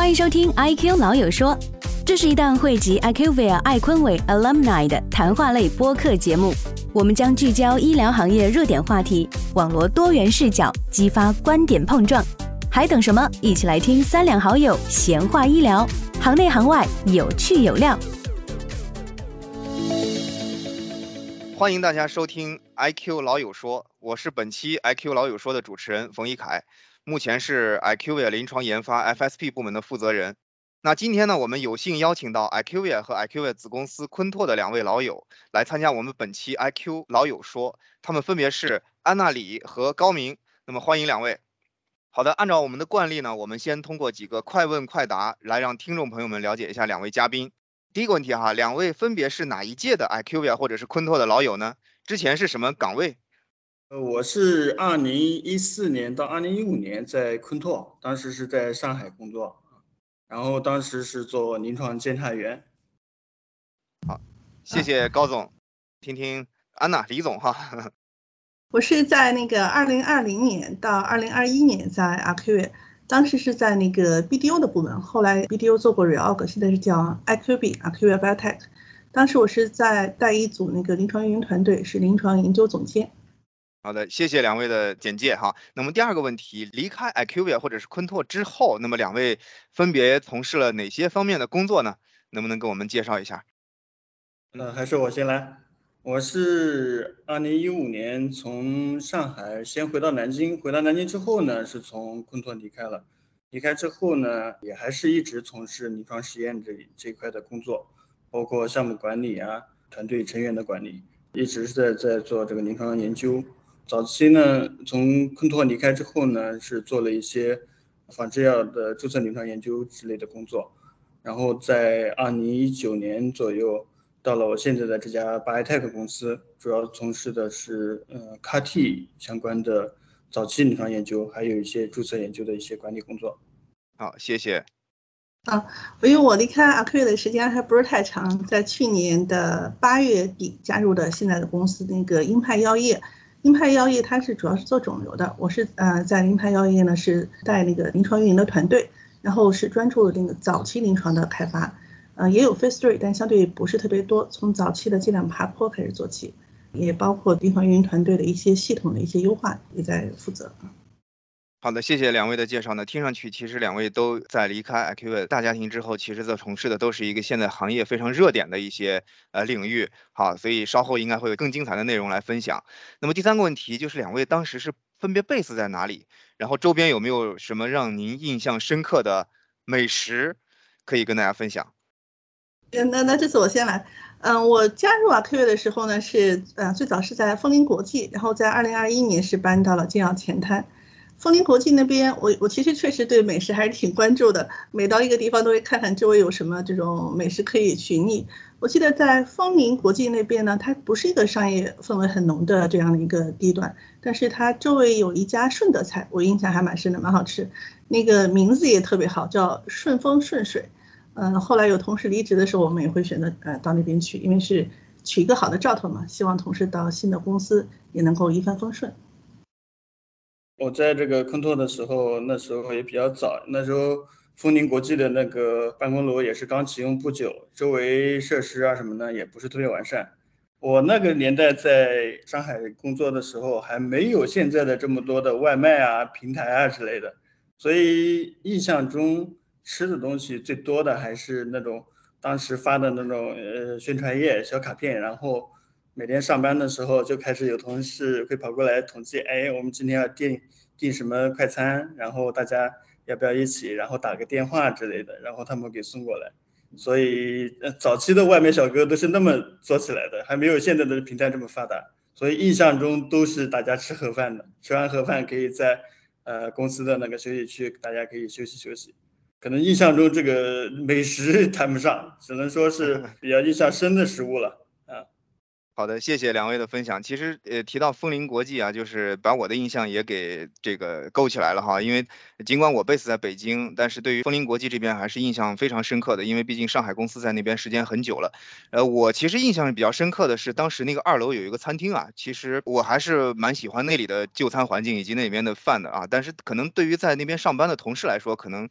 欢迎收听 IQ 老友说，这是一档汇集 IQVIA 艾坤伟 Alumni 的谈话类播客节目。我们将聚焦医疗行业热点话题，网罗多元视角，激发观点碰撞。还等什么？一起来听三两好友闲话医疗，行内行外有趣有料。 欢迎大家收听 IQ 老友说，我是本期 IQ 老友说的主持人冯一凯，目前是 IQVIA 临床研发 FSP 部门的负责人。那今天呢，我们有幸邀请到 IQVIA 和 IQVIA 子公司昆拓的两位老友来参加我们本期 IQ 老友说，他们分别是安娜李和高明。那么欢迎两位。好的，按照我们的惯例呢，我们先通过几个快问快答来让听众朋友们了解一下两位嘉宾。第一个问题哈，两位分别是哪一届的 IQVIA 或者是昆拓的老友呢？之前是什么岗位？ 我是2014年到2015年在昆拓，当时是在上海工作，然后当时是做临床监察员。 好，谢谢高总。听听安娜李总哈。 我是在那个2020年到2021年在 IQVIA， 当时是在那个 BDO 的部门，后来 BDO 做过 reorg， 现在是叫 IQVIA Biotech。当时我是在带一组那个临床运营团队，是临床研究总监。 好的，谢谢两位的简介哈。那么第二个问题，离开 IQVIA 或者是昆拓之后，那么两位分别从事了哪些方面的工作呢？能不能给我们介绍一下？ 还是我先来。我是2015年从上海先回到南京，回到南京之后呢，是从昆拓离开了。离开之后呢，也还是一直从事临床实验这一块的工作，包括项目管理啊、团队成员的管理，一直是在做这个临床研究。早期呢，从昆拓离开之后呢，是做了一些仿制药的注册临床研究之类的工作，然后在2019年左右到了我现在的这家 Biotech 公司，主要从事的是CAR-T 相关的早期临床研究，还有一些注册研究的一些管理工作。 好，谢谢。 因为我离开 IQVIA 的时间还不是太长，在去年的8月底加入的现在的公司那个鹰派药业。鹰派药业它是主要是做肿瘤的，我是在鹰派药业呢是带那个临床运营的团队，然后是专注那个早期临床的开发，也有 Phase 3，但相对不是特别多，从早期的剂量爬坡开始做起，也包括临床运营团队的一些系统的一些优化也在负责。 好的，谢谢两位的介绍呢。听上去其实两位都在离开 IQVIA 大家庭之后，其实在从事的都是一个现在行业非常热点的一些领域。好，所以稍后应该会有更精彩的内容来分享。那么第三个问题就是两位当时是分别 base 在哪里？然后周边有没有什么让您印象深刻的美食可以跟大家分享？ 那这次我先来。我加入 IQVIA 的时候呢，是最早是在枫林国际，然后在2021年是搬到了金药前滩。枫林国际那边，我其实确实对美食还是挺关注的，每到一个地方都会看看周围有什么这种美食可以寻觅。我记得在枫林国际那边呢，它不是一个商业氛围很浓的这样的一个地段，但是它周围有一家顺德菜，我印象还蛮深的，蛮好吃，那个名字也特别好，叫顺风顺水。后来有同事离职的时候，我们也会选择到那边去，因为是取一个好的兆头嘛，希望同事到新的公司也能够一帆风顺。 我在这个昆拓的时候，那时候也比较早，那时候枫林国际的那个办公楼也是刚启用不久，周围设施啊什么的也不是特别完善。我那个年代在上海工作的时候，还没有现在的这么多的外卖啊、平台啊之类的，所以印象中吃的东西最多的还是那种当时发的那种宣传页、小卡片，然后每天上班的时候就开始有同事会跑过来统计，哎，我们今天要订什么快餐，然后大家要不要一起，然后打个电话之类的，然后他们给送过来。所以早期的外卖小哥都是那么做起来的，还没有现在的平台这么发达，所以印象中都是大家吃盒饭的，吃完盒饭可以在公司的那个休息区，大家可以休息休息。可能印象中这个美食谈不上，只能说是比较印象深的食物了。 好的，谢谢两位的分享。其实，提到枫林国际啊，就是把我的印象也给这个勾起来了哈。因为尽管我 base 在北京，但是对于枫林国际这边还是印象非常深刻的，因为毕竟上海公司在那边时间很久了。我其实印象比较深刻的是，当时那个2楼有一个餐厅啊，其实我还是蛮喜欢那里的就餐环境以及那里面的饭的啊。但是可能对于在那边上班的同事来说，可能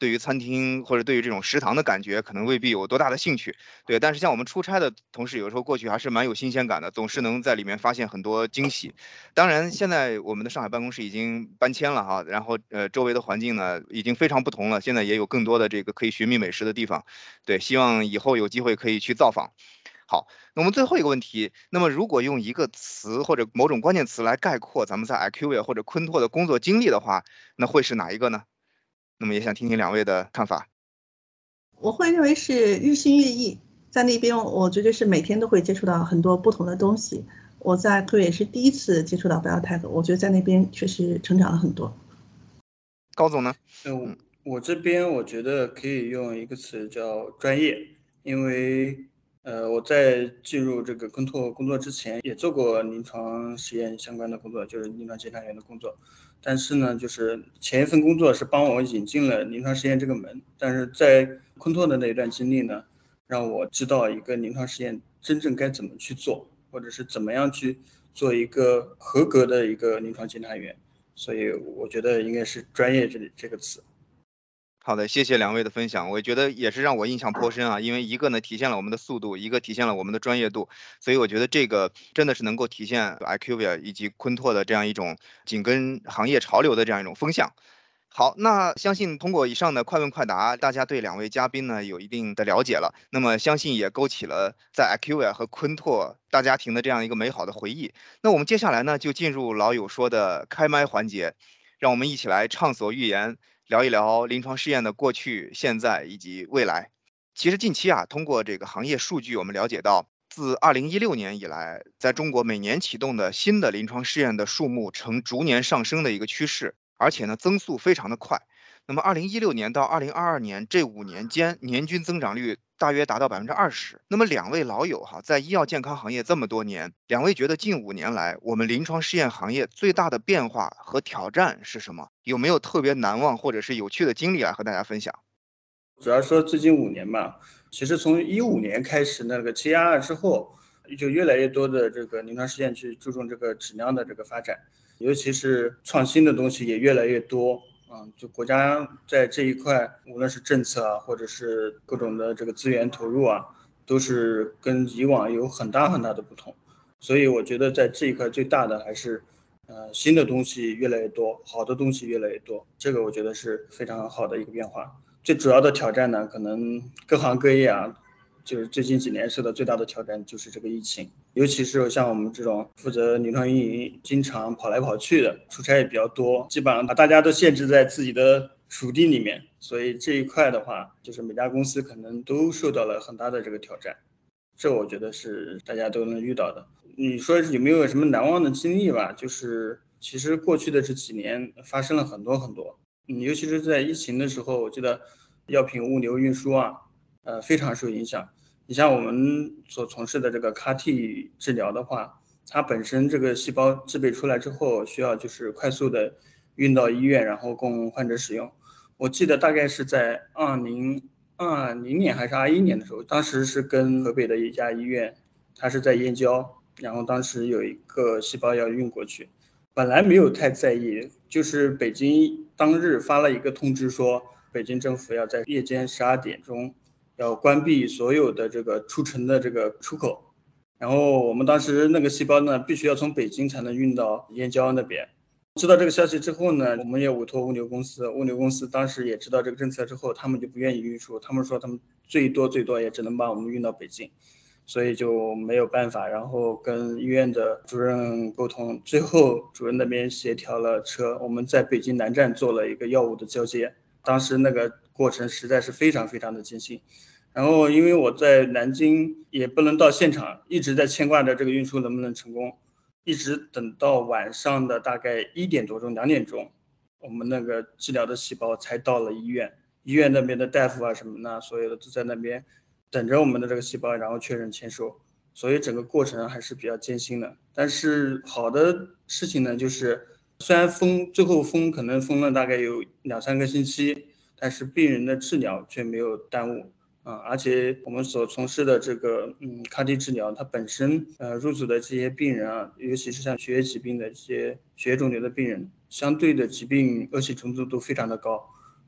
对于餐厅或者对于这种食堂的感觉可能未必有多大的兴趣。对，但是像我们出差的同事，有时候过去还是蛮有新鲜感的，总是能在里面发现很多惊喜。当然，现在我们的上海办公室已经搬迁了哈，然后周围的环境呢已经非常不同了，现在也有更多的这个可以寻觅美食的地方。对，希望以后有机会可以去造访。好，那我们最后一个问题，那么如果用一个词或者某种关键词来概括咱们在 IQVIA 或者昆拓的工作经历的话，那会是哪一个呢？那么也想听听两位的看法。 我会认为是日新月异，在那边我觉得是每天都会接触到很多不同的东西。我在科也是第一次接触到 biotech， 我觉得在那边确实成长了很多。 高总呢？ 我这边我觉得可以用一个词叫专业，因为我在进入这个昆拓工作之前也做过临床实验相关的工作，就是临床检查员的工作。但是呢，就是前一份工作是帮我引进了临床实验这个门，但是在昆拓的那一段经历呢，让我知道一个临床实验真正该怎么去做，或者是怎么样去做一个合格的一个临床检查员。所以我觉得应该是专业这个词。 好的，谢谢两位的分享，我觉得也是让我印象颇深啊。因为一个呢体现了我们的速度，一个体现了我们的专业度，所以我觉得这个真的是能够体现 IQVIA 以及昆拓的这样一种紧跟行业潮流的这样一种风向。好，那相信通过以上的快问快答，大家对两位嘉宾呢有一定的了解了。那么相信也勾起了在 IQVIA 和昆拓大家庭的这样一个美好的回忆。那我们接下来呢就进入老友说的开麦环节，让我们一起来畅所欲言，聊一聊临床试验的过去、现在以及未来。其实近期啊，通过这个行业数据，我们了解到，自2016年以来，在中国每年启动的新的临床试验的数目呈逐年上升的一个趋势，而且呢增速非常的快。那么2016年到2022年这5年间，年均增长率大约达到20%。那么两位老友哈，在医药健康行业这么多年，两位觉得近5年来我们临床试验行业最大的变化和挑战是什么？有没有特别难忘或者是有趣的经历来和大家分享？ 主要说最近5年吧，其实从15年开始那个7+2之后，就越来越多的这个临床实验去注重这个质量的这个发展，尤其是创新的东西也越来越多。就国家在这一块，无论是政策啊，或者是各种的这个资源投入啊，都是跟以往有很大很大的不同。所以我觉得在这一块最大的还是，新的东西越来越多，好的东西越来越多，这个我觉得是非常好的一个变化。最主要的挑战呢，可能各行各业啊，就是最近几年受到最大的挑战就是这个疫情，尤其是像我们这种负责临床运营，经常跑来跑去的，出差也比较多，基本上把大家都限制在自己的属地里面，所以这一块的话，就是每家公司可能都受到了很大的这个挑战，这我觉得是大家都能遇到的。你说有没有什么难忘的经历吧？就是其实过去的这几年发生了很多很多。尤其是在疫情的时候，我记得药品物流运输啊，非常受影响。你像我们所从事的这个 CAR-T 治疗的话，它本身这个细胞制备出来之后，需要就是快速的运到医院，然后供患者使用。我记得大概是在2020年还是21年的时候，当时是跟河北的一家医院，它是在燕郊，然后当时有一个细胞要运过去。本来没有太在意，就是北京当日发了一个通知说，北京政府要在夜间12点钟要关闭所有的这个出城的这个出口，然后我们当时那个细胞呢，必须要从北京才能运到燕郊那边。知道这个消息之后呢，我们也委托物流公司，物流公司当时也知道这个政策之后，他们就不愿意运输，他们说他们最多也只能把我们运到北京。所以就没有办法，然后跟医院的主任沟通，最后主任那边协调了车，我们在北京南站做了一个药物的交接。当时那个过程实在是非常非常的艰辛。然后因为我在南京也不能到现场，一直在牵挂着这个运输能不能成功，一直等到晚上的大概1点多钟、2点钟，我们那个治疗的细胞才到了医院，医院那边的大夫啊什么的，所有的都在那边等着我们的这个细胞，然后确认签收，所以整个过程还是比较艰辛的。但是好的事情呢，就是虽然最后可能封了大概有2-3个星期，但是病人的治疗却没有耽误。而且我们所从事的这个CAR-T 治疗，它本身入组的这些病人啊，尤其是像血液疾病的这些血液肿瘤的病人，相对的疾病恶性程度都非常的高。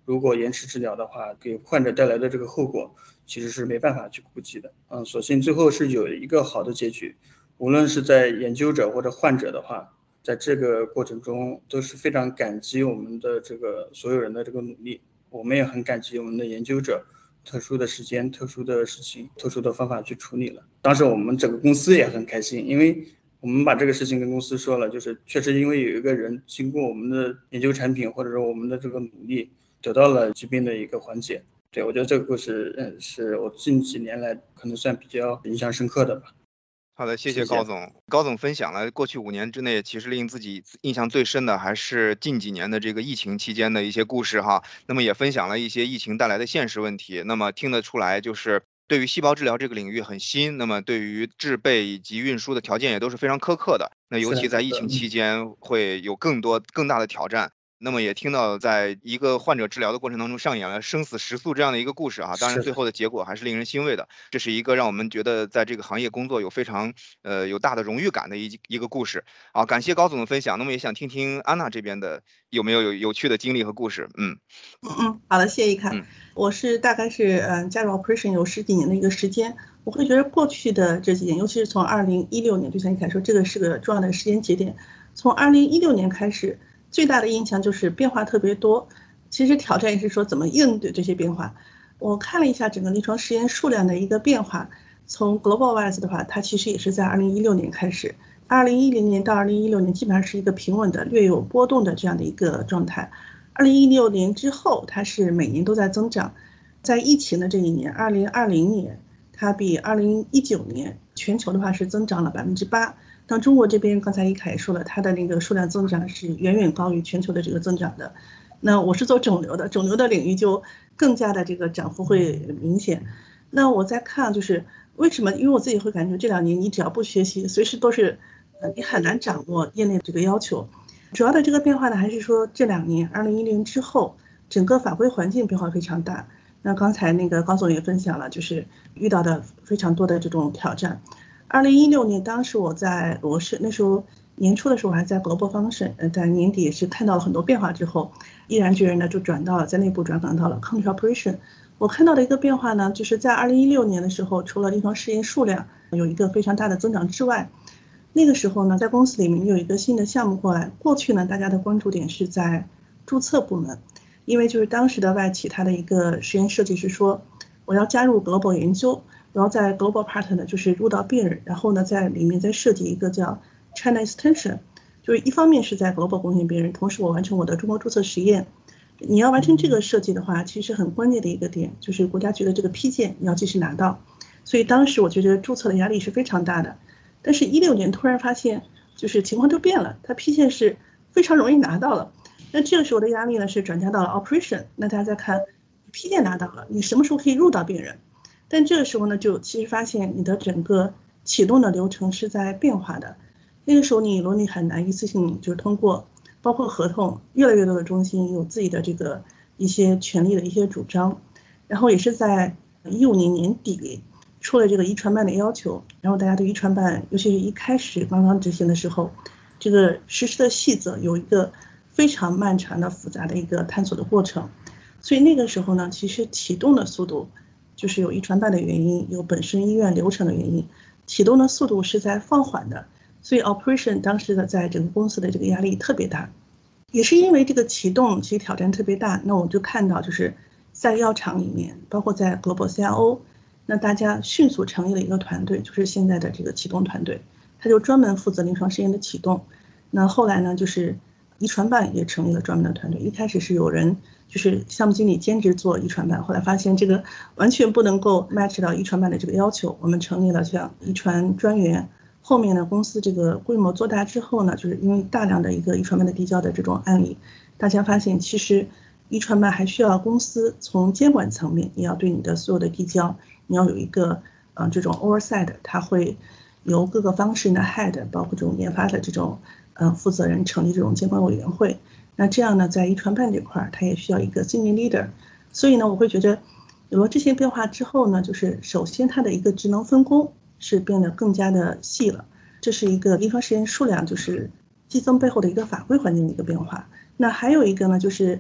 如果延迟治疗的话，给患者带来的这个后果其实是没办法去估计的。所幸最后是有一个好的结局，无论是在研究者或者患者的话，在这个过程中都是非常感激我们的这个所有人的这个努力，我们也很感激我们的研究者特殊的时间、特殊的事情、特殊的方法去处理了。当时我们整个公司也很开心，因为我们把这个事情跟公司说了，就是确实因为有一个人经过我们的研究产品或者说我们的这个努力，得到了疾病的一个缓解。对，我觉得这个故事是我近几年来可能算比较印象深刻的吧。 好的，谢谢高总。高总分享了过去5年之内，其实令自己印象最深的还是近几年的这个疫情期间的一些故事哈。那么也分享了一些疫情带来的现实问题。那么听得出来，就是对于细胞治疗这个领域很新，那么对于制备以及运输的条件也都是非常苛刻的。那尤其在疫情期间会有更大的挑战。那么也听到在一个患者治疗的过程当中上演了生死时速这样的一个故事啊，当然最后的结果还是令人欣慰的。这是一个让我们觉得在这个行业工作有非常有大的荣誉感的一个故事。好，感谢高总的分享。那么也想听听安娜这边的有没有有趣的经历和故事。 好的，谢谢一凯。我是大概是加入 Operation 有10几年的一个时间，我会觉得过去的这几年，尤其是从2016年，就像一凯说，这个是个重要的时间节点。从2016年开始，最大的印象就是变化特别多，其实挑战也是说怎么应对这些变化。我看了一下整个临床实验数量的一个变化，从 GlobalWise 的话，它其实也是在2016年开始，2010年到2016年基本上是一个平稳的、略有波动的这样的一个状态。2016年之后，它是每年都在增长。在疫情的这一年，2020年，它比2019年全球的话是增长了8%。当中国这边刚才一凯也说了，它的那个数量增长是远远高于全球的这个增长的。那我是做肿瘤的，肿瘤的领域就更加的这个涨幅会明显。那我在看就是为什么？因为我自己会感觉这2年你只要不学习，随时都是你很难掌握业内这个要求。主要的这个变化呢，还是说这2年2010年之后，整个法规环境变化非常大。那刚才那个高总也分享了，就是遇到的非常多的这种挑战。2016年，当时我在罗氏，那时候年初的时候我还在 Global Function，在年底也是看到了很多变化之后，毅然决然的就转到了在内部转岗到了 Country Operation。我看到的一个变化呢，就是在2016年的时候，除了临床试验数量有一个非常大的增长之外，那个时候呢，在公司里面有一个新的项目过来。过去呢，大家的关注点是在注册部门，因为就是当时的外企它的一个实验设计是说，我要加入 Global 研究，我要在 Global Part 呢就是入到病人，然后呢在里面再设计一个叫 China Extension， 就是一方面是在 Global 贡献病人，同时我完成我的中国注册实验。你要完成这个设计的话，其实很关键的一个点就是国家局的这个批件你要及时拿到，所以当时我觉得注册的压力是非常大的。但是16年突然发现就是情况就变了，它批件是非常容易拿到了。那这个时候的压力呢是转嫁到了 Operation， 那大家再看批件拿到了，你什么时候可以入到病人？但这个时候呢就其实发现你的整个启动的流程是在变化的，那个时候你伦理很难一次性就是通过，包括合同，越来越多的中心有自己的这个一些权利的一些主张，然后也是在15年年底出了这个遗传办的要求，然后大家对遗传办，尤其是一开始刚刚执行的时候，这个实施的细则有一个非常漫长的复杂的一个探索的过程，所以那个时候呢，其实启动的速度就是有遗传办的原因，有本身医院流程的原因，启动的速度是在放缓的，所以 Operation 当时的在整个公司的这个压力特别大，也是因为这个启动其实挑战特别大。那我就看到就是在药厂里面，包括在 Global CRO，那大家迅速成立了一个团队，就是现在的这个启动团队，他就专门负责临床试验的启动。那后来呢，就是遗传办也成立了专门的团队。一开始是有人就是项目经理兼职做遗传办，后来发现这个完全不能够 match 到遗传办的这个要求，我们成立了像遗传专员。后面呢，公司这个规模做大之后呢，就是因为大量的一个遗传办的递交的这种案例，大家发现其实遗传办还需要公司从监管层面，也要对你的所有的递交。你要有一个这种 oversight， 它会由各个方式的 head， 包括这种研发的这种负责人成立这种监管委员会。那这样呢，在遗传办这块它也需要一个 senior leader。所以呢，我会觉得有了这些变化之后呢，就是首先它的一个职能分工是变得更加的细了，这是一个临床实验数量就是激增背后的一个法规环境的一个变化。那还有一个呢，就是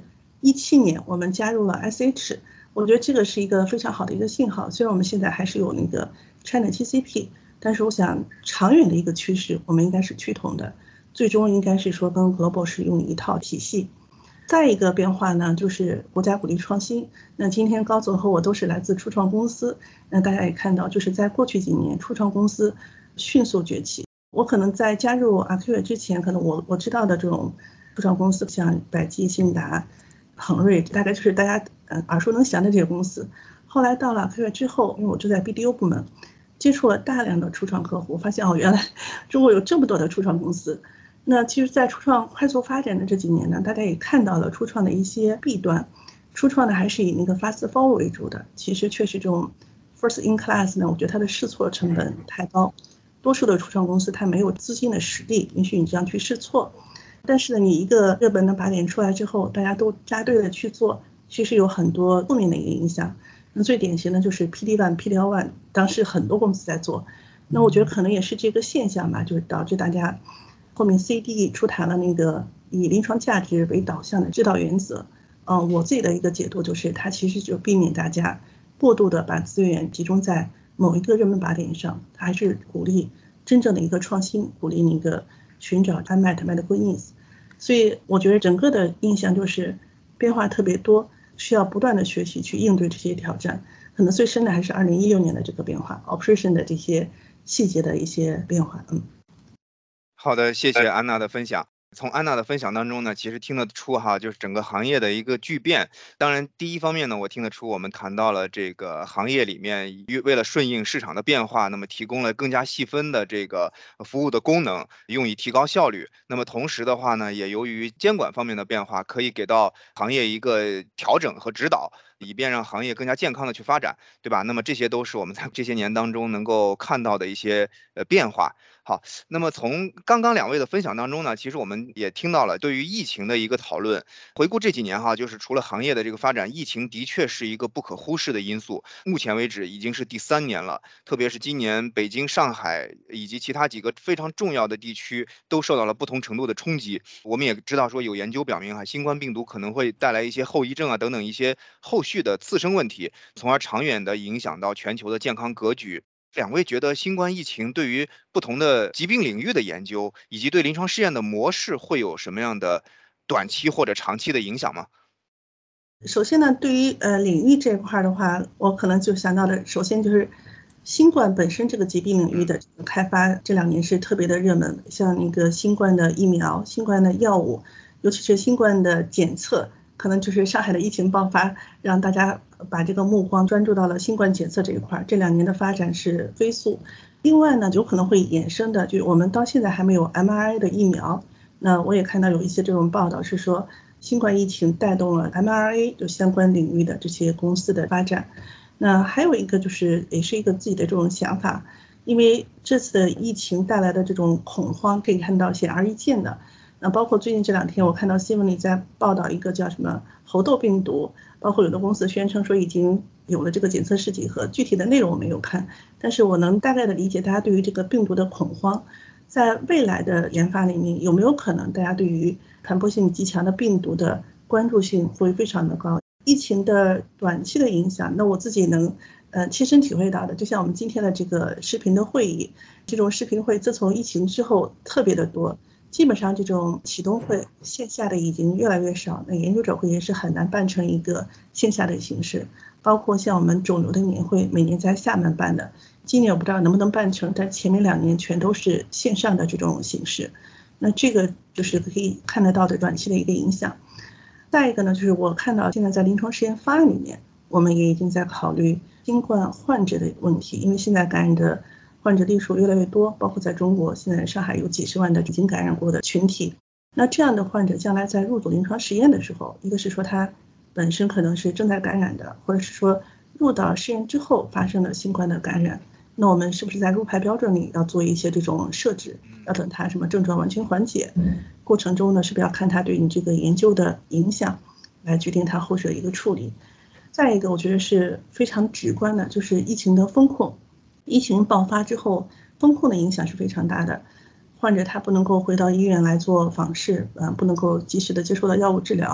2017年我们加入了 SH， 我觉得这个是一个非常好的一个信号。虽然我们现在还是有那个 China TCP， 但是我想长远的一个趋势我们应该是趋同的，最终应该是说跟 Global 是用一套体系。再一个变化呢，就是国家鼓励创新。那今天高总和我都是来自初创公司，那大家也看到，就是在过去几年，初创公司迅速崛起。我可能在加入 Acquia 之前，可能我知道的这种初创公司，像百济、信达、恒瑞，大概就是大家耳熟能详的这些公司。后来到了 Acquia 之后，因为我就在 BDO 部门，接触了大量的初创客户，发现原来中国有这么多的初创公司。那其实，在初创快速发展的这几年呢，大家也看到了初创的一些弊端。初创呢，还是以那个 fast forward 为主的，其实确实这种 first in class 呢，我觉得它的试错成本太高。多数的初创公司它没有资金的实力允许你这样去试错。但是呢，你一个热门的靶点出来之后，大家都扎堆的去做，其实有很多负面的一个影响。那最典型的就是 PD1、PDL1，当时很多公司在做。那我觉得可能也是这个现象吧，就是导致大家后面 CD 出台了那个以临床价值为导向的指导原则。我自己的一个解读就是，它其实就避免大家过度的把资源集中在某一个热门靶点上，它还是鼓励真正的一个创新，鼓励那个寻找 unmet medical needs。所以我觉得整个的印象就是变化特别多，需要不断的学习去应对这些挑战。可能最深的还是2016年的这个变化 ，operation 的这些细节的一些变化。 好的，谢谢安娜的分享。从安娜的分享当中呢，其实听得出哈，就是整个行业的一个巨变。当然，第一方面呢，我听得出我们谈到了这个行业里面为了顺应市场的变化，那么提供了更加细分的这个服务的功能，用以提高效率。那么同时的话呢，也由于监管方面的变化，可以给到行业一个调整和指导，以便让行业更加健康的去发展，对吧？那么这些都是我们在这些年当中能够看到的一些变化。好，那么从刚刚两位的分享当中呢，其实我们也听到了对于疫情的一个讨论。回顾这几年哈，就是除了行业的这个发展，疫情的确是一个不可忽视的因素。目前为止已经是第3年了，特别是今年北京、上海以及其他几个非常重要的地区都受到了不同程度的冲击。我们也知道说有研究表明哈，新冠病毒可能会带来一些后遗症啊等等一些后续的次生问题，从而长远的影响到全球的健康格局。两位觉得新冠疫情对于不同的疾病领域的研究，以及对临床试验的模式会有什么样的短期或者长期的影响吗？ 首先呢，对于领域这一块的话，我可能就想到的，首先就是新冠本身这个疾病领域的开发，这2年是特别的热门，像那个新冠的疫苗、新冠的药物，尤其是新冠的检测，可能就是上海的疫情爆发，让大家把这个目光专注到了新冠检测这一块，这2年的发展是飞速。另外呢，有可能会衍生的，就是我们到现在还没有 mRNA 的疫苗，那我也看到有一些这种报道是说，新冠疫情带动了 mRNA 就相关领域的这些公司的发展。那还有一个就是也是一个自己的这种想法，因为这次的疫情带来的这种恐慌可以看到显而易见的。那包括最近这2天我看到新闻里在报道一个叫什么猴痘病毒，包括有的公司宣称说已经有了这个检测试剂盒，具体的内容我没有看，但是我能大概的理解大家对于这个病毒的恐慌。在未来的研发里面，有没有可能大家对于传播性极强的病毒的关注性会非常的高？疫情的短期的影响，那我自己能切身体会到的，就像我们今天的这个视频的会议，这种视频会自从疫情之后特别的多，基本上这种启动会线下的已经越来越少，那研究者会也是很难办成一个线下的形式，包括像我们肿瘤的年会，每年在厦门办的。今年我不知道能不能办成，但前面2年全都是线上的这种形式，那这个就是可以看得到的短期的一个影响。再一个呢，就是我看到现在在临床实验方案里面，我们也已经在考虑新冠患者的问题，因为现在感染的患者例数越来越多，包括在中国，现在上海有几十万的已经感染过的群体。那这样的患者将来在入组临床实验的时候，一个是说他本身可能是正在感染的，或者是说入到试验之后发生了新冠的感染，那我们是不是在入排标准里要做一些这种设置，要等他什么症状完全缓解，过程中呢是不是要看他对你这个研究的影响，来决定他后续的一个处理。再一个我觉得是非常直观的，就是疫情的风控。疫情爆发之后，风控的影响是非常大的，患者他不能够回到医院来做访视，不能够及时的接受到药物治疗，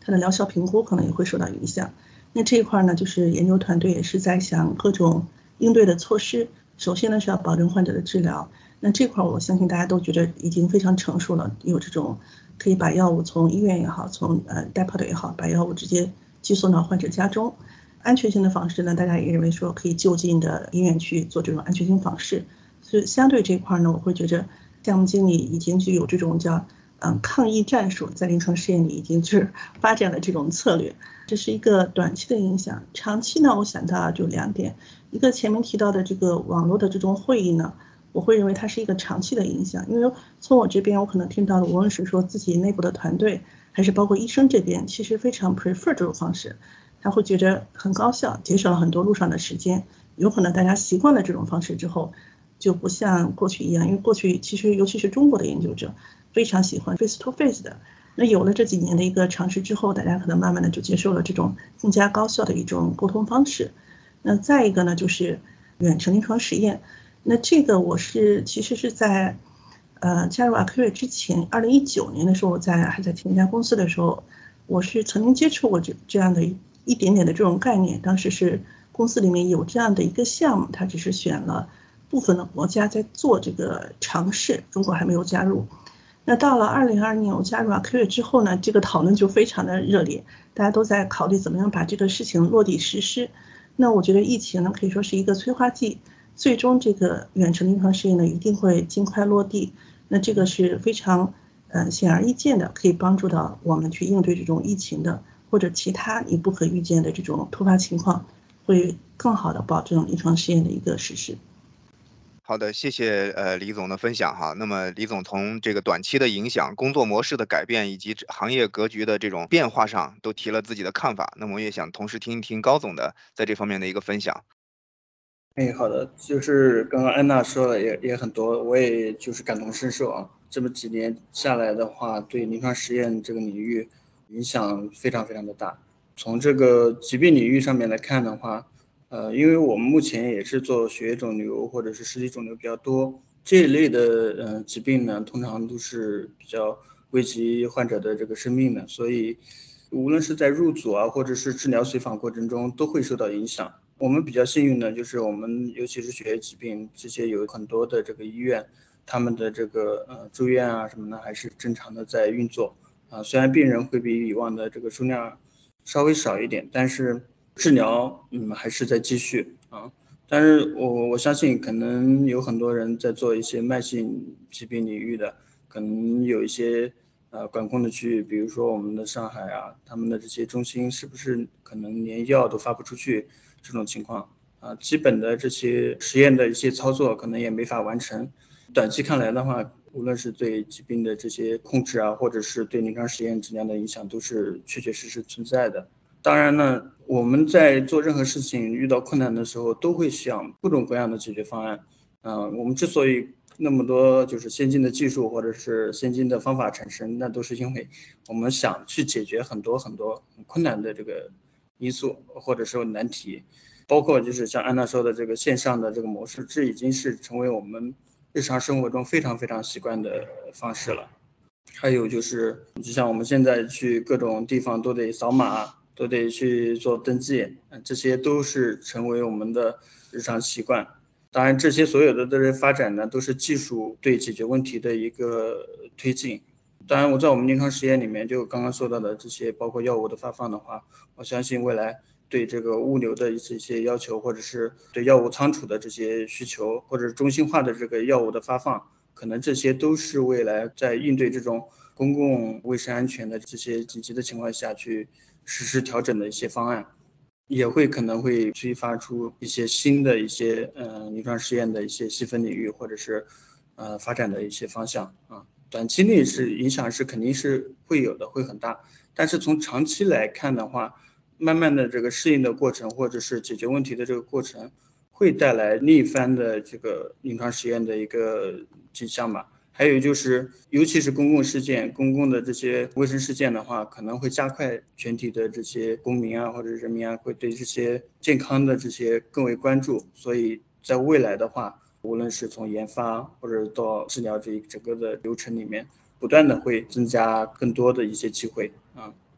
它的疗效评估可能也会受到影响。那这一块呢，就是研究团队也是在想各种应对的措施。首先呢是要保证患者的治疗，那这块我相信大家都觉得已经非常成熟了，有这种可以把药物从医院也好，从代泡的也好，把药物直接寄送到患者家中。安全性的访视呢，大家也认为说可以就近的医院去做这种安全性访视。所以相对这块呢，我会觉着项目经理已经具有这种叫抗疫战术，在临床试验里已经是发展了这种策略。这是一个短期的影响。长期呢，我想到就2点，一个前面提到的这个网络的这种会议呢，我会认为它是一个长期的影响，因为从我这边我可能听到的，无论是说自己内部的团队，还是包括医生这边，其实非常 prefer 这种方式，他会觉得很高效，节省了很多路上的时间。有可能大家习惯了这种方式之后，就不像过去一样，因为过去其实尤其是中国的研究者非常喜欢 face to face 的。那有了这几年的一个尝试之后，大家可能慢慢的就接受了这种更加高效的一种沟通方式。那再一个呢，就是远程临床实验。那这个我其实是在加入 Acquia 之前，2019年的时候，我还在前一家公司的时候，我是曾经接触过这样的一点点的这种概念。当时是公司里面有这样的一个项目，它只是选了部分的国家在做这个尝试，中国还没有加入。那到了2022年我加入 Acquia 之后呢，这个讨论就非常的热烈，大家都在考虑怎么样把这个事情落地实施。那我觉得疫情呢可以说是一个催化剂，最终这个远程临床试验呢一定会尽快落地。那这个是非常显而易见的，可以帮助到我们去应对这种疫情的或者其他你不可预见的这种突发情况，会更好的保证临床试验的一个实施。 好的，谢谢李总的分享哈。那么李总从这个短期的影响、工作模式的改变以及行业格局的这种变化上，都提了自己的看法。那么我也想同时听一听高总的在这方面的一个分享。 好的，就是刚刚安娜说了也很多，我也就是感同身受啊。这么几年下来的话，对临床实验这个领域影响非常非常的大。从这个疾病领域上面来看的话，因为我们目前也是做血液肿瘤或者是实体肿瘤比较多，这一类的疾病呢，通常都是比较危及患者的这个生命的，所以无论是在入组啊，或者是治疗随访过程中，都会受到影响。我们比较幸运的就是我们尤其是血液疾病这些有很多的这个医院，他们的这个住院啊什么的还是正常的在运作啊。虽然病人会比以往的这个数量稍微少一点，但是治疗还是在继续啊。但是我相信可能有很多人在做一些慢性疾病领域的，可能有一些管控的区域，比如说我们的上海啊，他们的这些中心是不是可能连药都发不出去这种情况啊？基本的这些实验的一些操作可能也没法完成。短期看来的话，无论是对疾病的这些控制啊，或者是对临床实验质量的影响，都是确确实实存在的。当然呢，我们在做任何事情遇到困难的时候，都会想各种各样的解决方案。我们之所以那么多就是先进的技术或者是先进的方法产生，那都是因为我们想去解决很多很多很困难的这个因素或者说难题，包括就是像安娜说的这个线上的这个模式，这已经是成为我们日常生活中非常非常习惯的方式了。还有就是，就像我们现在去各种地方都得扫码，都得去做登记，这些都是成为我们的日常习惯。当然，这些所有的这些发展呢，都是技术对解决问题的一个推进。当然，我在我们临床实验里面，就刚刚说到的这些，包括药物的发放的话，我相信未来对这个物流的这些要求，或者是对药物仓储的这些需求，或者是中心化的这个药物的发放，可能这些都是未来在应对这种公共卫生安全的这些紧急的情况下去实施调整的一些方案，也会可能会激发出一些新的一些临床实验的一些细分领域，或者是发展的一些方向啊。短期内是影响是肯定是会有的，会很大，但是从长期来看的话，慢慢的这个适应的过程，或者是解决问题的这个过程，会带来另一番的这个临床实验的一个景象吧。还有就是，尤其是公共事件、公共的这些卫生事件的话，可能会加快全体的这些公民啊或者人民啊，会对这些健康的这些更为关注。所以在未来的话，无论是从研发或者到治疗这一整个的流程里面，不断的会增加更多的一些机会啊。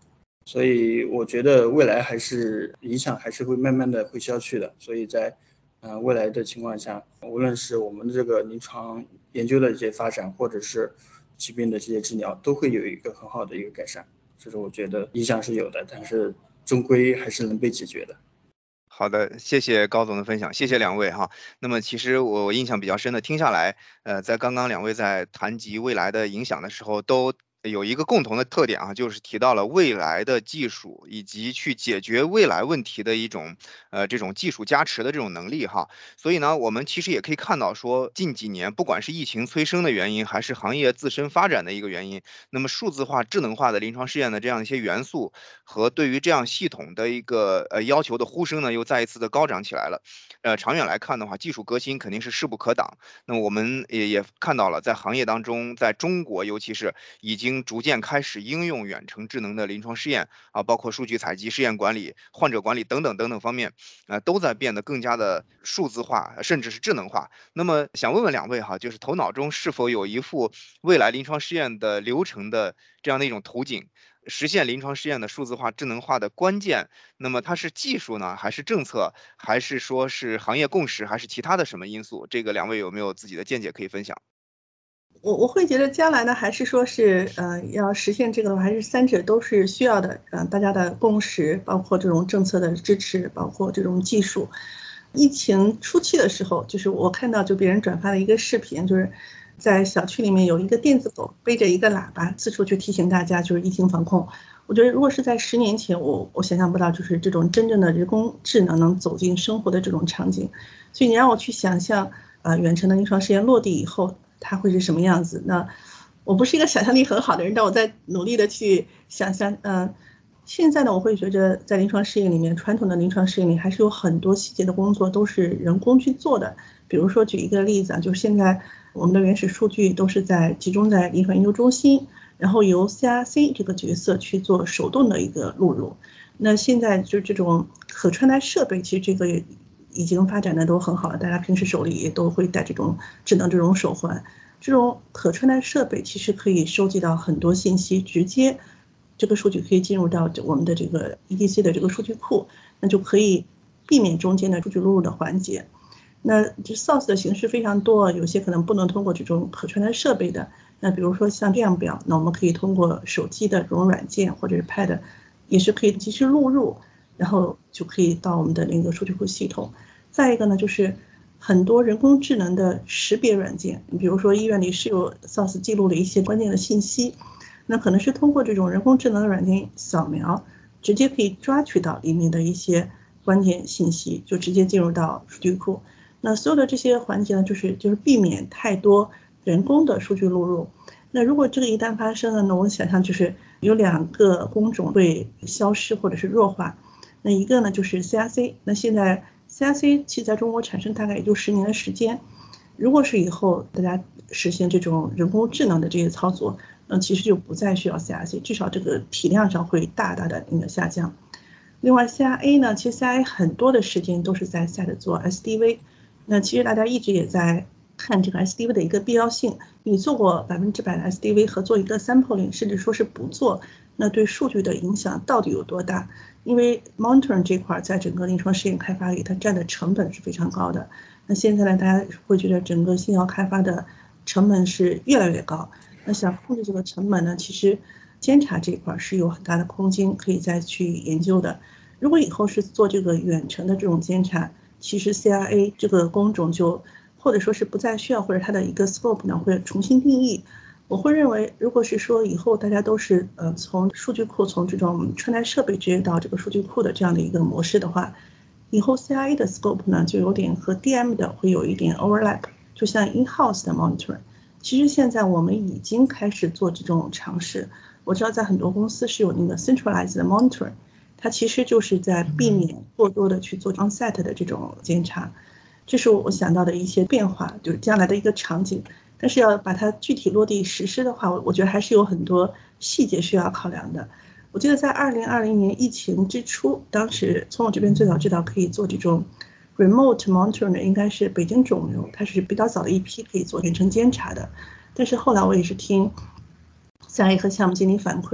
所以我觉得未来还是影响还是会慢慢的会消去的。所以在未来的情况下，无论是我们的这个临床研究的一些发展，或者是疾病的这些治疗，都会有一个很好的一个改善。这是我觉得影响是有的，但是终归还是能被解决的。 好的，谢谢高总的分享，谢谢两位哈。那么其实我印象比较深的，听下来，在刚刚两位在谈及未来的影响的时候，都有一个共同的特点啊，就是提到了未来的技术以及去解决未来问题的一种这种技术加持的这种能力哈。所以呢，我们其实也可以看到说，近几年不管是疫情催生的原因，还是行业自身发展的一个原因，那么数字化、智能化的临床试验的这样一些元素和对于这样系统的一个要求的呼声呢，又再一次的高涨起来了。长远来看的话，技术革新肯定是势不可挡。那么我们也看到了，在行业当中，在中国尤其是已经逐渐开始应用远程智能的临床试验啊，包括数据采集、试验管理、患者管理等等等等方面，都在变得更加的数字化，甚至是智能化。那么想问问两位哈，就是头脑中是否有一幅未来临床试验的流程的这样的一种图景？实现临床试验的数字化、智能化的关键，那么它是技术呢，还是政策，还是说是行业共识，还是其他的什么因素？这个两位有没有自己的见解可以分享？ 我会觉得将来呢，还是说是要实现这个的话，还是三者都是需要的。大家的共识，包括这种政策的支持，包括这种技术。疫情初期的时候，就是我看到就别人转发了一个视频，就是在小区里面有一个电子狗背着一个喇叭四处去提醒大家，就是疫情防控。我觉得如果是在10年前，我想象不到就是这种真正的人工智能能走进生活的这种场景。所以你让我去想象远程的临床试验落地以后它会是什么样子，那我不是一个想象力很好的人，但我在努力的去想象。现在呢，我会觉得在临床试验里面，传统的临床试验里还是有很多细节的工作都是人工去做的。比如说举一个例子啊，就是现在我们的原始数据都是集中在临床研究中心，然后由 CRC 这个角色去做手动的一个录入。那现在就这种可穿戴设备，其实这个已经发展的都很好了，大家平时手里也都会戴这种智能这种手环。这种可穿戴设备其实可以收集到很多信息，直接这个数据可以进入到我们的这个 EDC 的这个数据库，那就可以避免中间的数据录入的环节。那这 SaaS 的形式非常多，有些可能不能通过这种可穿戴设备的，那比如说像量表，那我们可以通过手机的这种软件或者是 Pad， 也是可以及时录入，然后就可以到我们的那个数据库系统。再一个呢，就是很多人工智能的识别软件，比如说医院里是有 SaaS 记录了一些关键的信息，那可能是通过这种人工智能的软件扫描，直接可以抓取到里面的一些关键信息，就直接进入到数据库。那所有的这些环节呢，就是避免太多人工的数据录入。那如果这个一旦发生了呢，我想象就是有2个工种会消失或者是弱化。那一个呢就是 CRC， 那现在 CRC 其实在中国产生大概也就10年的时间。如果是以后大家实现这种人工智能的这些操作，其实就不再需要 CRC， 至少这个体量上会大大的下降。另外 CRA 呢，其实 CRA 很多的时间都是在 SAT 做 SDV。那其实大家一直也在看这个 SDV 的一个必要性，你做过100%的 SDV 和做一个 sampling， 甚至说是不做，那对数据的影响到底有多大？因为 monitoring 这块在整个临床试验开发里，它占的成本是非常高的。那现在呢，大家会觉得整个新药开发的成本是越来越高。那想控制这个成本呢，其实监察这块是有很大的空间可以再去研究的。如果以后是做这个远程的这种监察，其实 CRA 这个工种就或者说是不再需要，或者它的一个 scope 呢会重新定义。我会认为，如果是说以后大家都是从数据库从这种穿戴设备直接到这个数据库的这样的一个模式的话，以后 CRA 的 scope 呢就有点和 DM 的会有一点 overlap， 就像 in-house 的 monitoring。其实现在我们已经开始做这种尝试，我知道在很多公司是有那个 centralized 的 monitoring。它其实就是在避免过多的去做 on-site 的这种监察，这是我想到的一些变化，就是将来的一个场景。但是要把它具体落地实施的话，我觉得还是有很多细节需要考量的。我记得在2020年疫情之初，当时从我这边最早知道可以做这种 remote monitoring 的应该是北京肿瘤，它是比较早的一批可以做远程监察的。但是后来我也是听CRA和项目经理反馈，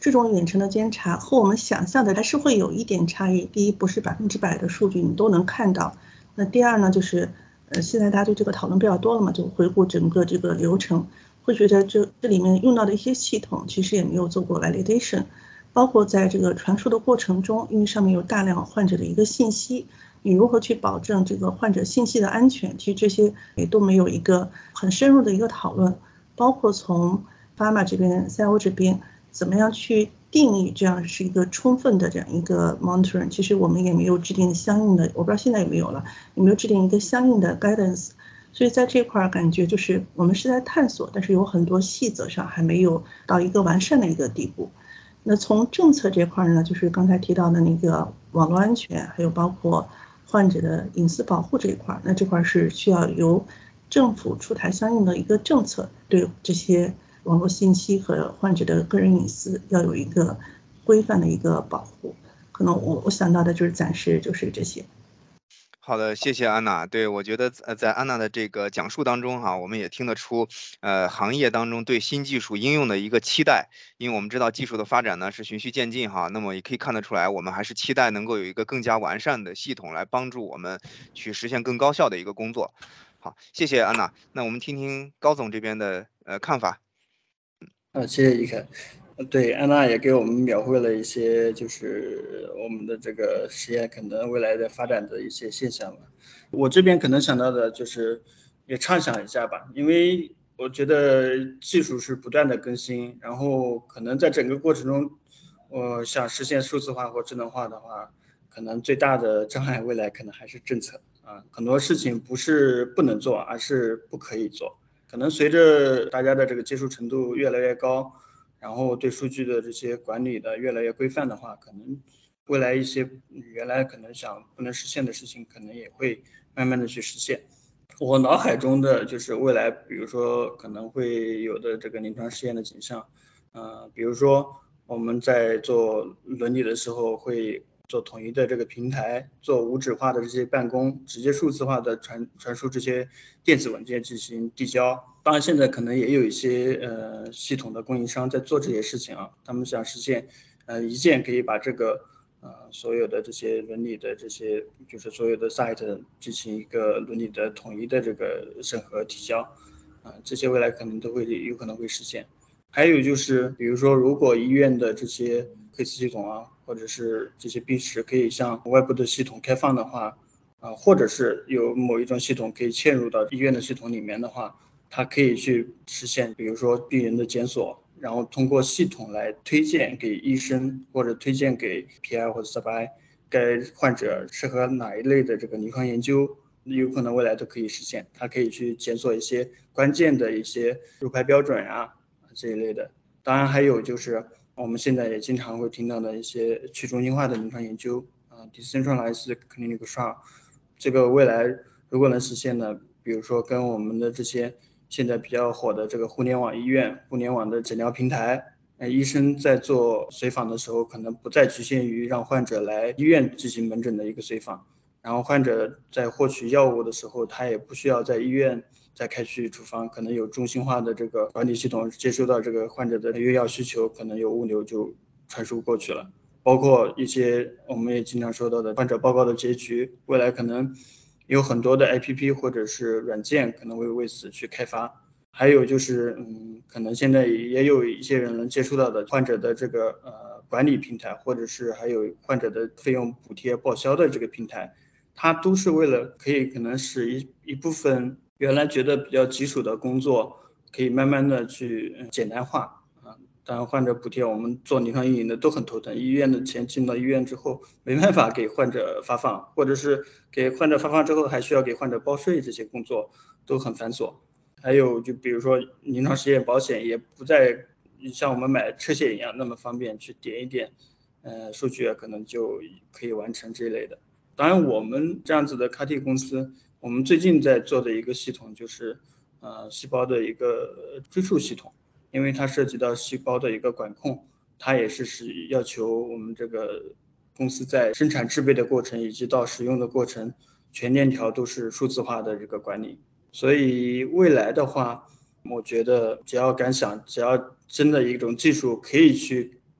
这种远程的监察和我们想象的还是会有一点差异。第一，不是100%的数据你都能看到。那第二呢，就是现在大家对这个讨论比较多了嘛，就回顾整个这个流程，会觉得这里面用到的一些系统其实也没有做过 validation， 包括在这个传输的过程中，因为上面有大量患者的一个信息，你如何去保证这个患者信息的安全，其实这些也都没有一个很深入的一个讨论。包括从 pharma 这边 CRO 这边怎么样去定义这样是一个充分的这样一个 monitoring， 其实我们也没有制定相应的，我不知道现在有没有了，有没有制定一个相应的 guidance。 所以在这块感觉就是我们是在探索，但是有很多细则上还没有到一个完善的一个地步。那从政策这块呢，就是刚才提到的那个网络安全，还有包括患者的隐私保护这一块，那这块是需要由政府出台相应的一个政策，对这些网络信息和患者的个人隐私要有一个规范的一个保护。可能我想到的就是暂时就是这些。 好的，谢谢安娜。对，我觉得在安娜的这个讲述当中哈，我们也听得出，行业当中对新技术应用的一个期待。因为我们知道技术的发展呢是循序渐进哈，那么也可以看得出来，我们还是期待能够有一个更加完善的系统来帮助我们去实现更高效的一个工作。好，谢谢安娜。那我们听听高总这边的看法。 谢谢一凯。对，安娜也给我们描绘了一些就是我们的这个实验可能未来的发展的一些现象吧。我这边可能想到的就是也畅想一下吧，因为我觉得技术是不断的更新，然后可能在整个过程中，我想实现数字化或智能化的话，可能最大的障碍未来可能还是政策啊，很多事情不是不能做，而是不可以做。可能随着大家的这个接触程度越来越高，然后对数据的这些管理的越来越规范的话，可能未来一些原来可能想不能实现的事情，可能也会慢慢的去实现。我脑海中的就是未来，比如说可能会有的这个临床试验的景象，比如说我们在做伦理的时候会做统一的这个平台，做无纸化的这些办公，直接数字化的传输这些电子文件进行递交。当然，现在可能也有一些系统的供应商在做这些事情啊，他们想实现一键可以把这个所有的这些伦理的这些就是所有的 site 进行一个伦理的统一的这个审核提交这些未来可能都会有可能会实现。还有就是，比如说，如果医院的这些 case 系统啊，或者是这些病史可以向外部的系统开放的话，或者是有某一种系统可以嵌入到医院的系统里面的话，它可以去实现，比如说病人的检索，然后通过系统来推荐给医生或者推荐给 PI 或者 Sub-I， 该患者适合哪一类的这个临床研究，有可能未来都可以实现。它可以去检索一些关键的一些入排标准啊这一类的。当然还有就是我们现在也经常会听到的一些去中心化的临床研究decentralized clinical trial， 这个未来如果能实现呢，比如说跟我们的这些现在比较火的这个互联网医院、互联网的诊疗平台，医生在做随访的时候，可能不再局限于让患者来医院进行门诊的一个随访，然后患者在获取药物的时候，他也不需要在医院再开具处方，可能有中心化的这个管理系统接收到这个患者的用药需求，可能有物流就传输过去了。包括一些我们也经常说到的患者报告的结局，未来可能有很多的 APP 或者是软件可能会为此去开发。还有就是可能现在也有一些人能接触到的患者的这个管理平台，或者是还有患者的费用补贴报销的这个平台，它都是为了可能使一部分原来觉得比较基础的工作可以慢慢的去简单化当然患者补贴我们做临床运营的都很头疼，医院的钱进到医院之后没办法给患者发放，或者是给患者发放之后还需要给患者报税，这些工作都很繁琐。还有就比如说临床实验保险也不再像我们买车险一样那么方便，去点一点数据可能就可以完成这一类的。当然我们这样子的 CAR-T 公司，我们最近在做的一个系统就是细胞的一个追溯系统，因为它涉及到细胞的一个管控，它也是要求我们这个公司在生产制备的过程以及到使用的过程全链条都是数字化的这个管理。所以未来的话，我觉得只要敢想，只要真的一种技术可以去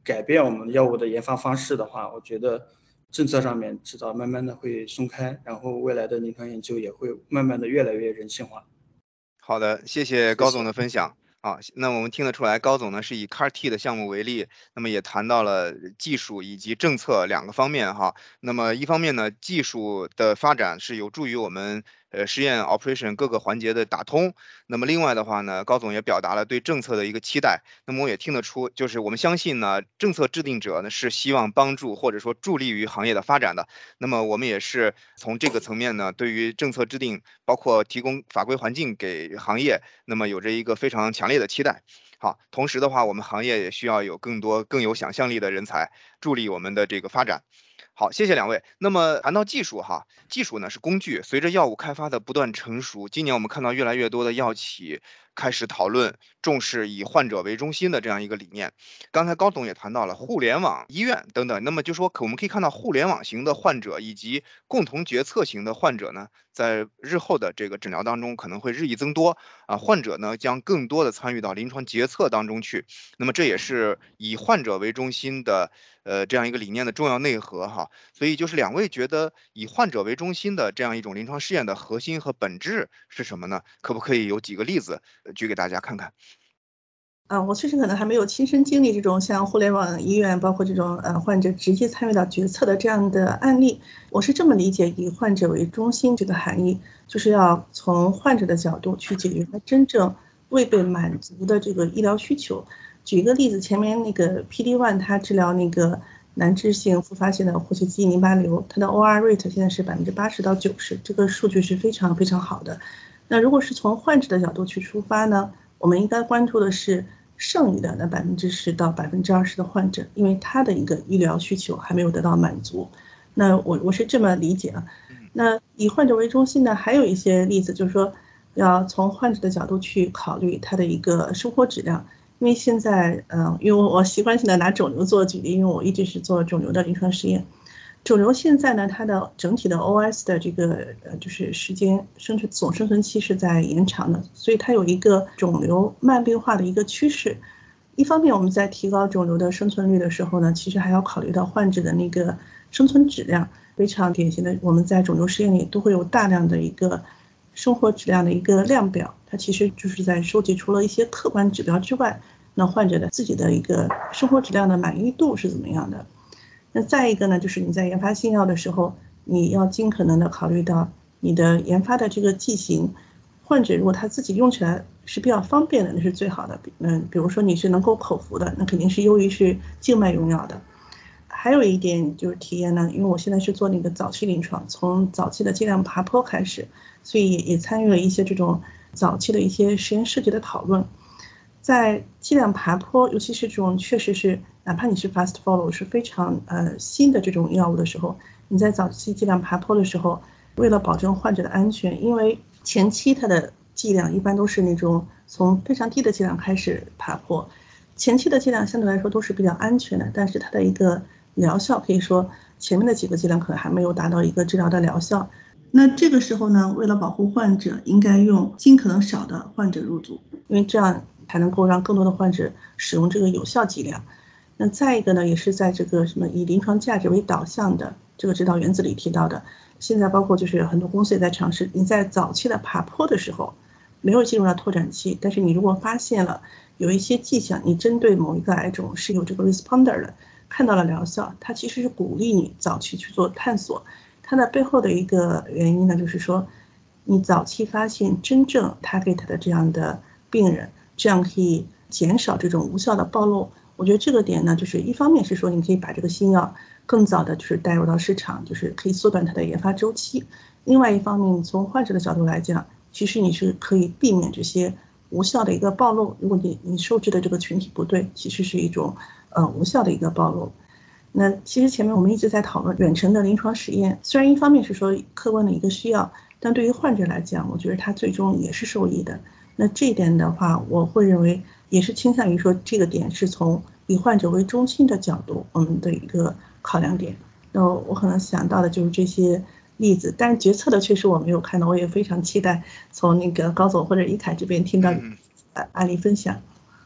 改变我们药物的研发方式的话，我觉得政策上面迟早慢慢的会松开，然后未来的临床研究也会慢慢的越来越人性化。 好的，谢谢高谢谢。 总的分享。那我们听得出来，高总呢是以 CAR-T 的项目为例，那么也谈到了技术以及政策两个方面哈。那么一方面呢，技术的发展是有助于我们实验 operation 各个环节的打通。那么另外的话呢，高总也表达了对政策的一个期待。那么我也听得出，就是我们相信呢，政策制定者呢是希望帮助或者说助力于行业的发展的。那么我们也是从这个层面呢，对于政策制定，包括提供法规环境给行业，那么有着一个非常强烈的期待。好，同时的话，我们行业也需要有更多更有想象力的人才助力我们的这个发展。好，谢谢两位。那么谈到技术哈，技术呢是工具，随着药物开发的不断成熟，今年我们看到越来越多的药企开始讨论重视以患者为中心的这样一个理念。刚才高总也谈到了互联网医院等等，那么就说我们可以看到互联网型的患者以及共同决策型的患者呢，在日后的这个诊疗当中可能会日益增多患者呢将更多的参与到临床决策当中去。那么这也是以患者为中心的这样一个理念的重要内核哈。所以就是两位觉得以患者为中心的这样一种临床试验的核心和本质是什么呢？可不可以有几个例子举给大家看看？ 我确实可能还没有亲身经历这种像互联网医院，包括这种患者直接参与到决策的这样的案例。我是这么理解以患者为中心这个含义，就是要从患者的角度去解决他真正未被满足的这个医疗需求。举一个例子，前面那个 PD-1 它治疗那个难治性复发性的霍奇基因淋巴瘤，它的 OR rate 现在是80%到90%，这个数据是非常非常好的。那如果是从患者的角度去出发呢，我们应该关注的是剩余的那10%到20%的患者，因为他的一个医疗需求还没有得到满足。那我是这么理解啊。那以患者为中心呢，还有一些例子，就是说要从患者的角度去考虑他的一个生活质量。因为现在因为我习惯性的拿肿瘤做举例，因为我一直是做肿瘤的临床实验。肿瘤现在呢，它的整体的 OS 的这个就是时间总生存期是在延长的，所以它有一个肿瘤慢病化的一个趋势。一方面我们在提高肿瘤的生存率的时候呢，其实还要考虑到患者的那个生存质量。非常典型的，我们在肿瘤实验里都会有大量的一个生活质量的一个量表，它其实就是在收集除了一些客观指标之外，那患者的自己的一个生活质量的满意度是怎么样的。那再一个呢，就是你在研发新药的时候，你要尽可能的考虑到你的研发的这个剂型，患者如果他自己用起来是比较方便的，那是最好的。比如说你是能够口服的，那肯定是优于是静脉用药的。还有一点就是体验呢，因为我现在是做那个早期临床，从早期的剂量爬坡开始，所以也参与了一些这种早期的一些实验设计的讨论。在剂量爬坡，尤其是这种确实是哪怕你是 fast follow 是非常新的这种药物的时候，你在早期剂量爬坡的时候，为了保证患者的安全，因为前期它的剂量一般都是那种从非常低的剂量开始爬坡，前期的剂量相对来说都是比较安全的，但是它的一个疗效可以说前面的几个剂量可能还没有达到一个治疗的疗效。那这个时候呢，为了保护患者，应该用尽可能少的患者入组，因为这样才能够让更多的患者使用这个有效剂量。那再一个呢，也是在这个什么以临床价值为导向的这个指导原则里提到的，现在包括就是很多公司也在尝试，你在早期的爬坡的时候没有进入到拓展期，但是你如果发现了有一些迹象，你针对某一个癌种是有这个 responder 的，看到了疗效，它其实是鼓励你早期去做探索。它的背后的一个原因呢，就是说你早期发现真正 target 的这样的病人，这样可以减少这种无效的暴露。我觉得这个点呢，就是一方面是说你可以把这个新药更早的就是带入到市场，就是可以缩短它的研发周期。另外一方面，从患者的角度来讲，其实你是可以避免这些无效的一个暴露。如果你受制的这个群体不对，其实是一种无效的一个暴露。那其实前面我们一直在讨论远程的临床实验，虽然一方面是说客观的一个需要，但对于患者来讲，我觉得他最终也是受益的。那这一点的话，我会认为也是倾向于说这个点是从以患者为中心的角度我们的一个考量点。那我可能想到的就是这些例子，但是决策的确实我没有看到，我也非常期待从那个高总或者一凯这边听到案例分享。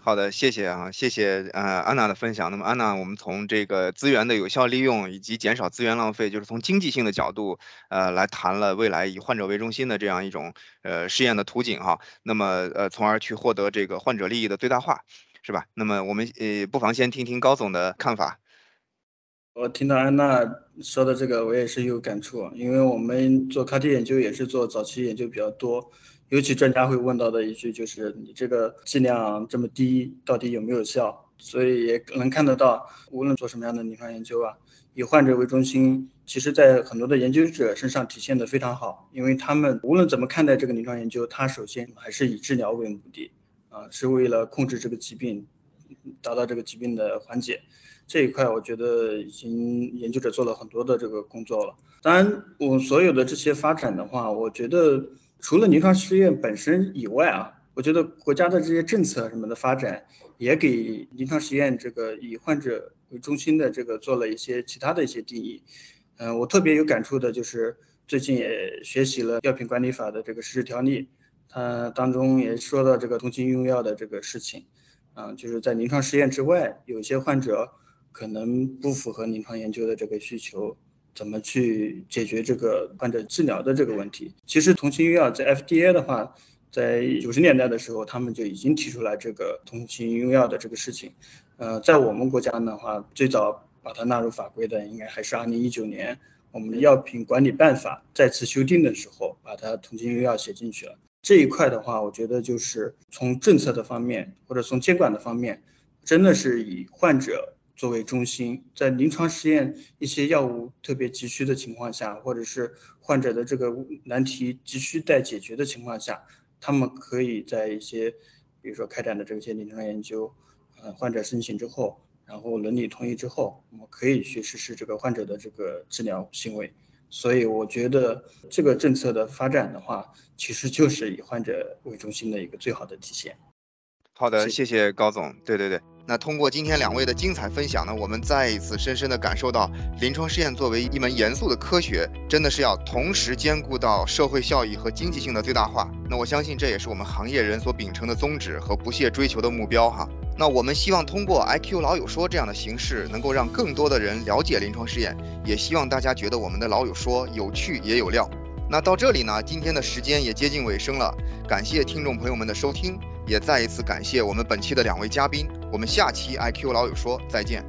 好的，谢谢啊，谢谢安娜的分享。那么安娜，我们从这个资源的有效利用以及减少资源浪费，就是从经济性的角度来谈了未来以患者为中心的这样一种试验的图景哈。那么从而去获得这个患者利益的最大化，是吧？那么我们不妨先听听高总的看法。 我听到安娜说的这个，我也是有感触，因为我们做 CAR-T 研究也是做早期研究比较多，尤其专家会问到的一句就是你这个剂量这么低，到底有没有效？所以也能看得到，无论做什么样的临床研究啊，以患者为中心，其实在很多的研究者身上体现得非常好，因为他们无论怎么看待这个临床研究，他首先还是以治疗为目的，是为了控制这个疾病，达到这个疾病的缓解。这一块我觉得已经研究者做了很多的这个工作了。当然，我所有的这些发展的话，我觉得除了临床试验本身以外啊，我觉得国家的这些政策什么的发展，也给临床实验这个以患者为中心的这个做了一些其他的一些定义。我特别有感触的就是最近也学习了药品管理法的这个实施条例，它当中也说到这个同情用药的这个事情，就是在临床实验之外，有些患者可能不符合临床研究的这个需求，怎么去解决这个患者治疗的这个问题？其实同情用药在 FDA 的话，在90年代的时候，他们就已经提出来这个同情用药的这个事情。在我们国家的话，最早把它纳入法规的应该还是2019年我们的药品管理办法再次修订的时候，把它同情用药写进去了。这一块的话，我觉得就是从政策的方面或者从监管的方面，真的是以患者作为中心，在临床实验一些药物特别急需的情况下，或者是患者的这个难题急需待解决的情况下，他们可以在一些比如说开展的这些临床研究，患者申请之后，然后伦理同意之后，我们可以去实施这个患者的这个治疗行为。所以我觉得这个政策的发展的话，其实就是以患者为中心的一个最好的体现。 好的，谢谢高总。对，那通过今天2位的精彩分享呢，我们再一次深深地感受到，临床试验作为一门严肃的科学，真的是要同时兼顾到社会效益和经济性的最大化。那我相信这也是我们行业人所秉承的宗旨和不懈追求的目标哈。那我们希望通过 IQ 老友说这样的形式，能够让更多的人了解临床试验，也希望大家觉得我们的老友说有趣也有料。那到这里呢，今天的时间也接近尾声了，感谢听众朋友们的收听，也再一次感谢我们本期的2位嘉宾，我们下期 IQ 老友说再见。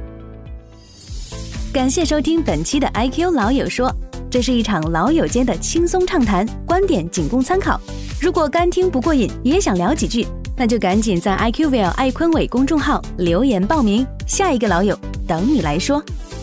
感谢收听本期的 IQ 老友说，这是一场老友间的轻松畅谈，观点仅供参考。如果干听不过瘾，也想聊几句，那就赶紧在 IQVIA 艾坤伟公众号留言报名，下一个老友等你来说。